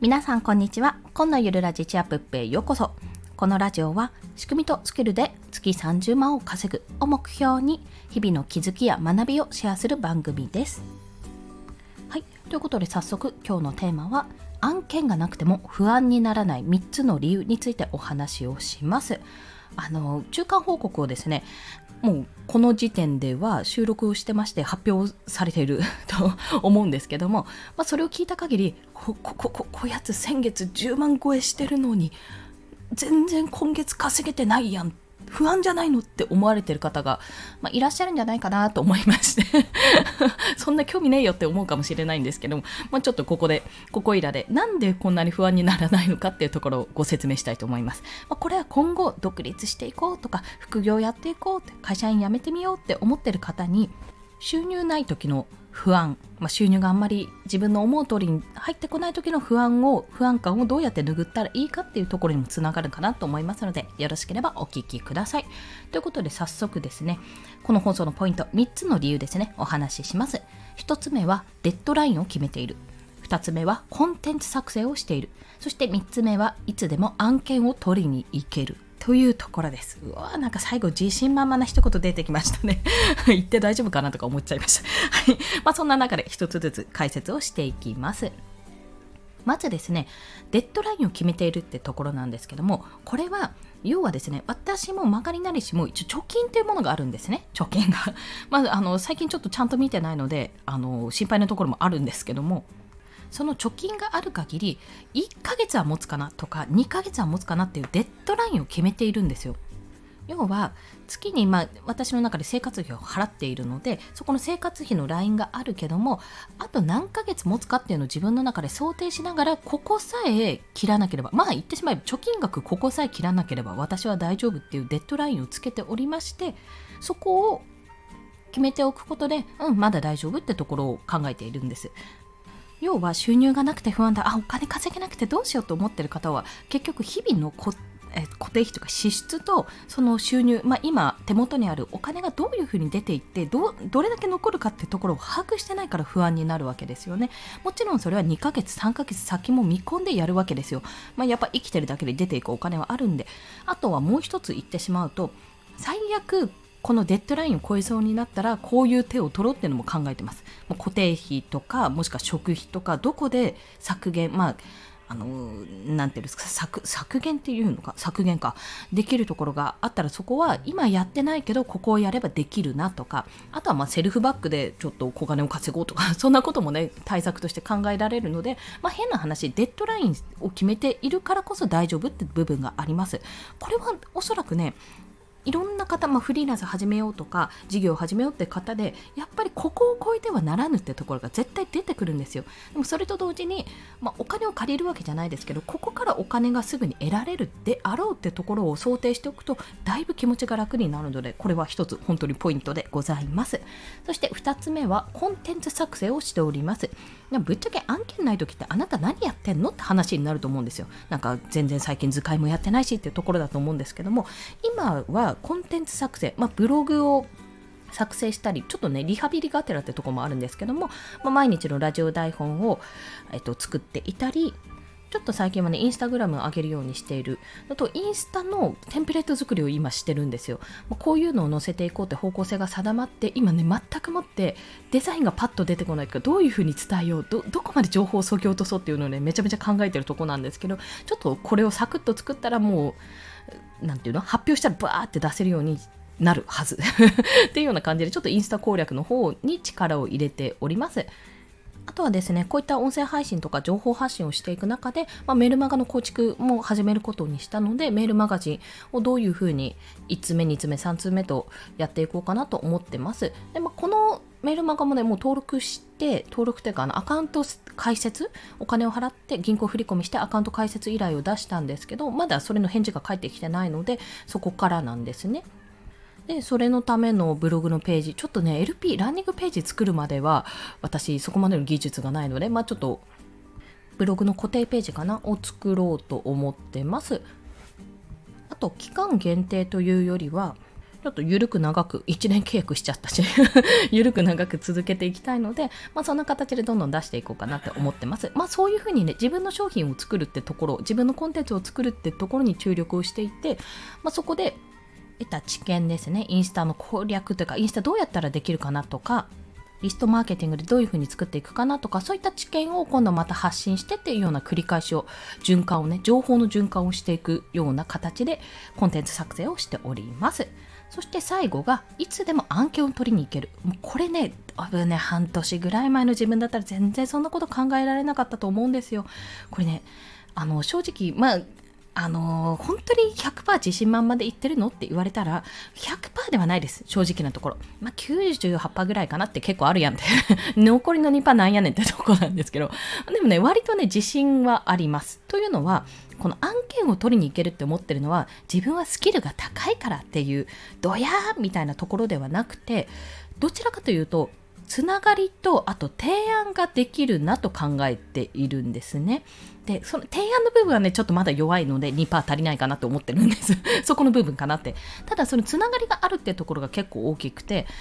皆さんこんにちは。今のゆるラジチアップへようこそ。このラジオは仕組みとスキルで月30万を稼ぐを目標に日々の気づきや学びをシェアする番組です。はい、ということで早速今日のテーマは案件がなくても不安にならない3つの理由についてお話をします。中間報告をですね、もうこの時点では収録をしてまして発表されていると思うんですけども、それを聞いた限りこやつ先月10万超えしてるのに全然今月稼げてないやん、不安じゃないのって思われてる方が、いらっしゃるんじゃないかなと思いましてそんな興味ねえよって思うかもしれないんですけども、ちょっとここいらでなんでこんなに不安にならないのかっていうところをご説明したいと思います。これは今後独立していこうとか副業やっていこうって会社員辞めてみようって思ってる方に収入ない時の不安、収入があんまり自分の思う通りに入ってこない時の不安感をどうやって拭ったらいいかっていうところにもつながるかなと思いますので、よろしければお聞きください。ということで早速ですね、この放送のポイント3つの理由ですね、お話しします。1つ目はデッドラインを決めている。2つ目はコンテンツ作成をしている。そして3つ目はいつでも案件を取りに行けるというところです。なんか最後自信満々な一言出てきましたね言って大丈夫かなとか思っちゃいましたはい、そんな中で一つずつ解説をしていきます。まずですね、デッドラインを決めているってところなんですけども、これは要はですね、私も曲がりなりしも一応貯金というものがあるんですね。貯金が最近ちょっとちゃんと見てないので心配なところもあるんですけども、その貯金がある限り1ヶ月は持つかなとか2ヶ月は持つかなっていうデッドラインを決めているんですよ。要は月に私の中で生活費を払っているので、そこの生活費のラインがあるけども、あと何ヶ月持つかっていうのを自分の中で想定しながら、ここさえ切らなければ、言ってしまえば貯金額ここさえ切らなければ私は大丈夫っていうデッドラインをつけておりまして、そこを決めておくことでまだ大丈夫ってところを考えているんです。要は収入がなくて不安だ、お金稼げなくてどうしようと思ってる方は結局日々の固定費とか支出とその収入、今手元にあるお金がどういうふうに出ていってどれだけ残るかってところを把握してないから不安になるわけですよね。もちろんそれは2ヶ月3ヶ月先も見込んでやるわけですよ。やっぱ生きてるだけで出ていくお金はあるんで、あとはもう一つ言ってしまうと、最悪このデッドラインを超えそうになったらこういう手を取ろうっていうのも考えてます。もう固定費とかもしくは食費とかどこで削減、なんていうんですか、削減っていうのか、削減かできるところがあったら、そこは今やってないけどここをやればできるなとか、あとはセルフバッグでちょっと小金を稼ごうとかそんなこともね、対策として考えられるので、変な話デッドラインを決めているからこそ大丈夫って部分があります。これはおそらくね、いろんな方、フリーランス始めようとか事業を始めようって方で、やっぱりここを超えてはならぬってところが絶対出てくるんですよ。でもそれと同時に、お金を借りるわけじゃないですけど、ここからお金がすぐに得られるであろうってところを想定しておくとだいぶ気持ちが楽になるので、これは一つ本当にポイントでございます。そして2つ目はコンテンツ作成をしております。ぶっちゃけ案件ない時ってあなた何やってんのって話になると思うんですよ。なんか全然最近図解もやってないしっていうところだと思うんですけども、今はコンテンツ作成、ブログを作成したり、ちょっとねリハビリがてらってところもあるんですけども、毎日のラジオ台本を、作っていたり、ちょっと最近はねインスタグラムを上げるようにしているのと、インスタのテンプレート作りを今してるんですよ。こういうのを載せていこうって方向性が定まって、今ね全くもってデザインがパッと出てこないから、どういう風に伝えよう、どこまで情報をそぎ落とそうっていうのをねめちゃめちゃ考えてるとこなんですけど、ちょっとこれをサクッと作ったらもうなんていうの、発表したらバーって出せるようになるはずっていうような感じで、ちょっとインスタ攻略の方に力を入れております。あとはですね、こういった音声配信とか情報発信をしていく中で、メールマガの構築も始めることにしたので、メールマガジンをどういうふうに1つ目2つ目3つ目とやっていこうかなと思ってます。で、このメールマガもねもう登録というかアカウント開設、お金を払って銀行振り込みしてアカウント開設依頼を出したんですけど、まだそれの返事が返ってきてないので、そこからなんですね。でそれのためのブログのページ、ちょっとね LP ランニングページ作るまでは私そこまでの技術がないので、ちょっとブログの固定ページを作ろうと思ってます。あと期間限定というよりはちょっと緩く長く1年契約しちゃったし緩く長く続けていきたいので、そんな形でどんどん出していこうかなって思ってます。そういうふうにね、自分の商品を作るってところ、自分のコンテンツを作るってところに注力をしていて、そこで得た知見ですね、インスタの攻略というか、インスタどうやったらできるかなとか、リストマーケティングでどういうふうに作っていくかなとか、そういった知見を今度また発信してっていうような繰り返しを、循環をね、情報の循環をしていくような形でコンテンツ作成をしております。そして最後が、いつでも案件を取りに行ける。もうこれね、半年ぐらい前の自分だったら全然そんなこと考えられなかったと思うんですよ。これね、正直、本当に 100% 自信満々で言ってるのって言われたら 100% ではないです、正直なところ。98% ぐらいかなって、結構あるやんって残りの 2% なんやねんってとこなんですけど、でもね、割とね、自信はあります。というのは、この案件を取りに行けるって思ってるのは、自分はスキルが高いからっていうドヤーみたいなところではなくて、どちらかというとつながりと、あと提案ができるなと考えているんですね。で、その提案の部分はね、ちょっとまだ弱いので 2% 足りないかなと思ってるんですそこの部分かなって。ただそのつながりがあるってところが結構大きくて、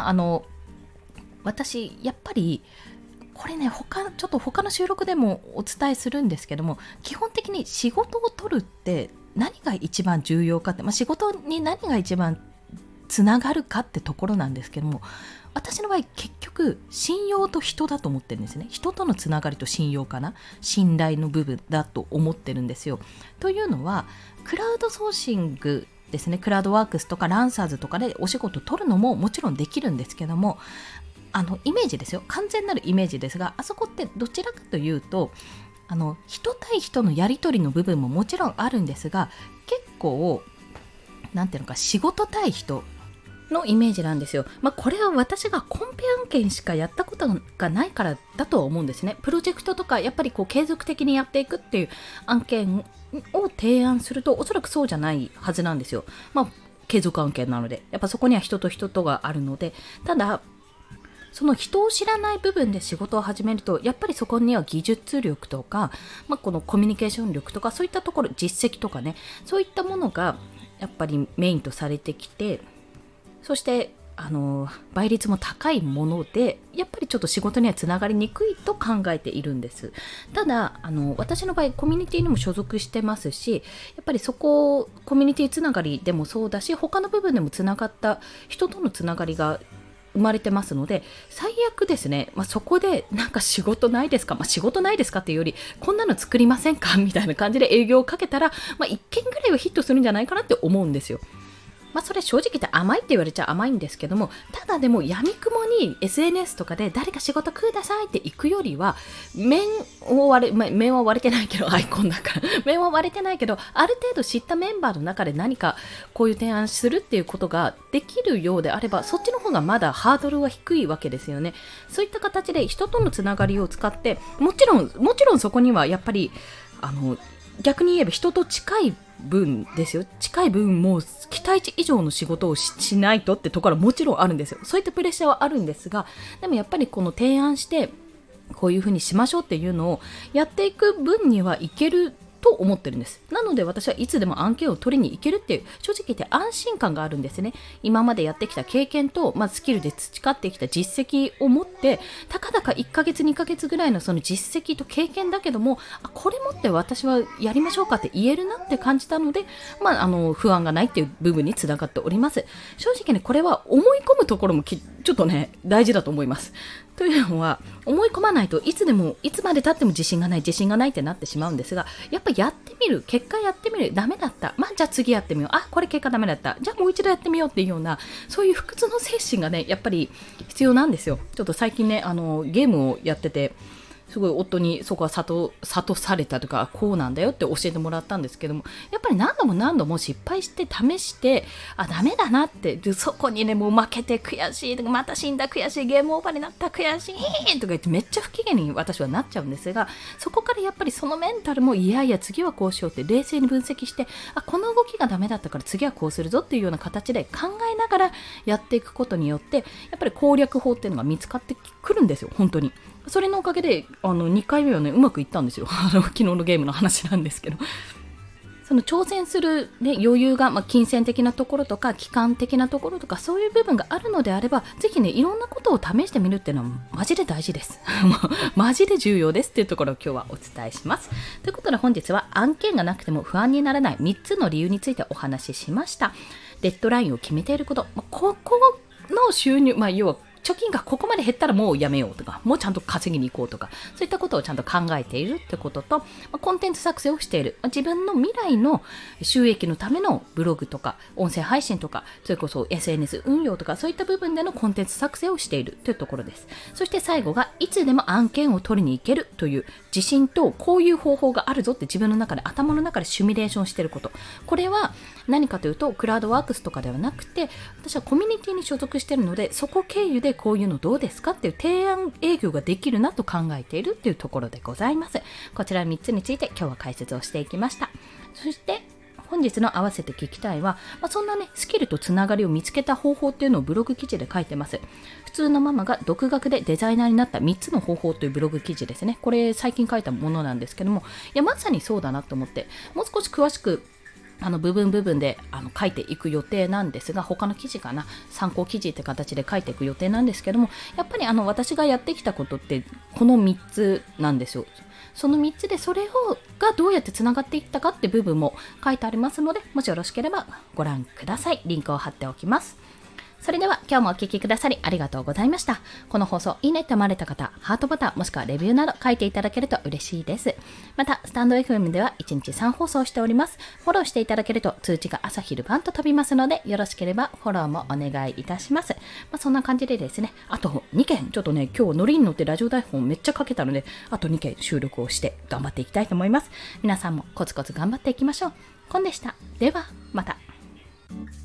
私やっぱりこれね、ちょっと他の収録でもお伝えするんですけども、基本的に仕事を取るって何が一番重要かって、仕事に何が一番つながるかってところなんですけども、私の場合結局信用と人だと思ってるんですね。人とのつながりと信用かな、信頼の部分だと思ってるんですよ。というのは、クラウドソーシングですね、クラウドワークスとかランサーズとかでお仕事取るのももちろんできるんですけども、イメージですよ、完全なるイメージですが、あそこってどちらかというと、人対人のやり取りの部分ももちろんあるんですが、結構なんていうのか、仕事対人のイメージなんですよ。これは私がコンペ案件しかやったことがないからだとは思うんですね。プロジェクトとかやっぱり継続的にやっていくっていう案件を提案すると、おそらくそうじゃないはずなんですよ。継続案件なので、やっぱそこには人と人とがあるので、ただその人を知らない部分で仕事を始めると、やっぱりそこには技術力とか、このコミュニケーション力とか、そういったところ、実績とかね、そういったものがやっぱりメインとされてきて、そして倍率も高いもので、やっぱりちょっと仕事にはつながりにくいと考えているんです。ただ私の場合コミュニティにも所属してますし、やっぱりそこコミュニティつながりでもそうだし、他の部分でもつながった人とのつながりが生まれてますので、最悪ですね、そこでなんか仕事ないですか、仕事ないですかっていうより、こんなの作りませんかみたいな感じで営業をかけたら、1件ぐらいはヒットするんじゃないかなって思うんですよ。それ正直言って甘いって言われちゃ甘いんですけども、ただでも闇雲に SNS とかで誰か仕事くださいって行くよりは、面は割れてないけど、アイコンだから面は割れてないけど、ある程度知ったメンバーの中で何かこういう提案するっていうことができるようであれば、そっちの方がまだハードルは低いわけですよね。そういった形で人とのつながりを使って、もちろんそこにはやっぱり逆に言えば人と近い分ですよ、近い分もう期待値以上の仕事を しないとってところはもちろんあるんですよ。そういったプレッシャーはあるんですが、でもやっぱりこの提案してこういう風にしましょうっていうのをやっていく分にはいけると思ってるんです。なので私はいつでも案件を取りに行けるっていう、正直言って安心感があるんですね。今までやってきた経験と、スキルで培ってきた実績を持って、たかだか1ヶ月2ヶ月ぐらいのその実績と経験だけども、これ持って私はやりましょうかって言えるなって感じたので、不安がないっていう部分につながっております。正直ね、これは思い込むところもちょっとね大事だと思います。というのは、思い込まないといつまで経っても自信がないってなってしまうんですが、やっぱりやってみる、結果やってみる、ダメだった、じゃあ次やってみよう、これ結果ダメだった、じゃあもう一度やってみようっていうような、そういう不屈の精神がねやっぱり必要なんですよ。ちょっと最近ねゲームをやってて、すごい夫にそこは諭されたとか、こうなんだよって教えてもらったんですけども、やっぱり何度も失敗して試して、ダメだなって、でそこにねもう負けて悔しい、また死んだ悔しい、ゲームオーバーになった悔しいとか言ってめっちゃ不機嫌に私はなっちゃうんですが、そこからやっぱりそのメンタルもいやいや次はこうしようって冷静に分析して、この動きがダメだったから次はこうするぞっていうような形で考えながらやっていくことによって、やっぱり攻略法っていうのが見つかってくるんですよ。本当にそれのおかげで2回目はねうまくいったんですよ昨日のゲームの話なんですけど、 その挑戦する、ね、余裕が、金銭的なところとか期間的なところとかそういう部分があるのであれば、ぜひねいろんなことを試してみるっていうのはマジで大事ですマジで重要ですっていうところを今日はお伝えします。ということで本日は案件がなくても不安にならない3つの理由についてお話ししました。デッドラインを決めていること、ここの収入、要は貯金がここまで減ったらもうやめようとか、もうちゃんと稼ぎに行こうとか、そういったことをちゃんと考えているってことと、コンテンツ作成をしている、自分の未来の収益のためのブログとか音声配信とか、それこそ SNS 運用とか、そういった部分でのコンテンツ作成をしているというところです。そして最後がいつでも案件を取りに行けるという自信と、こういう方法があるぞって自分の中で頭の中でシミュレーションしていること、これは何かというとクラウドワークスとかではなくて、私はコミュニティに所属しているので、そこ経由でこういうのどうですかっていう提案営業ができるなと考えているっていうところでございます。こちら3つについて今日は解説をしていきました。そして本日の合わせて聞きたいは、そんなねスキルとつながりを見つけた方法っていうのをブログ記事で書いてます。普通のママが独学でデザイナーになった3つの方法というブログ記事ですね。これ最近書いたものなんですけども、いやまさにそうだなと思って、もう少し詳しく部分で書いていく予定なんですが、他の記事かな、参考記事って形で書いていく予定なんですけども、やっぱり私がやってきたことってこの3つなんですよ。その3つでそれがどうやってつながっていったかって部分も書いてありますので、もしよろしければご覧ください。リンクを貼っておきます。それでは今日もお聞きくださりありがとうございました。この放送いいねって思われた方、ハートボタンもしくはレビューなど書いていただけると嬉しいです。またスタンド FM では1日3放送しております。フォローしていただけると通知が朝昼晩と飛びますので、よろしければフォローもお願いいたします。そんな感じでですね、あと2件ちょっとね、今日ノリに乗ってラジオ台本めっちゃ書けたので、あと2件収録をして頑張っていきたいと思います。皆さんもコツコツ頑張っていきましょう。コンでした。ではまた。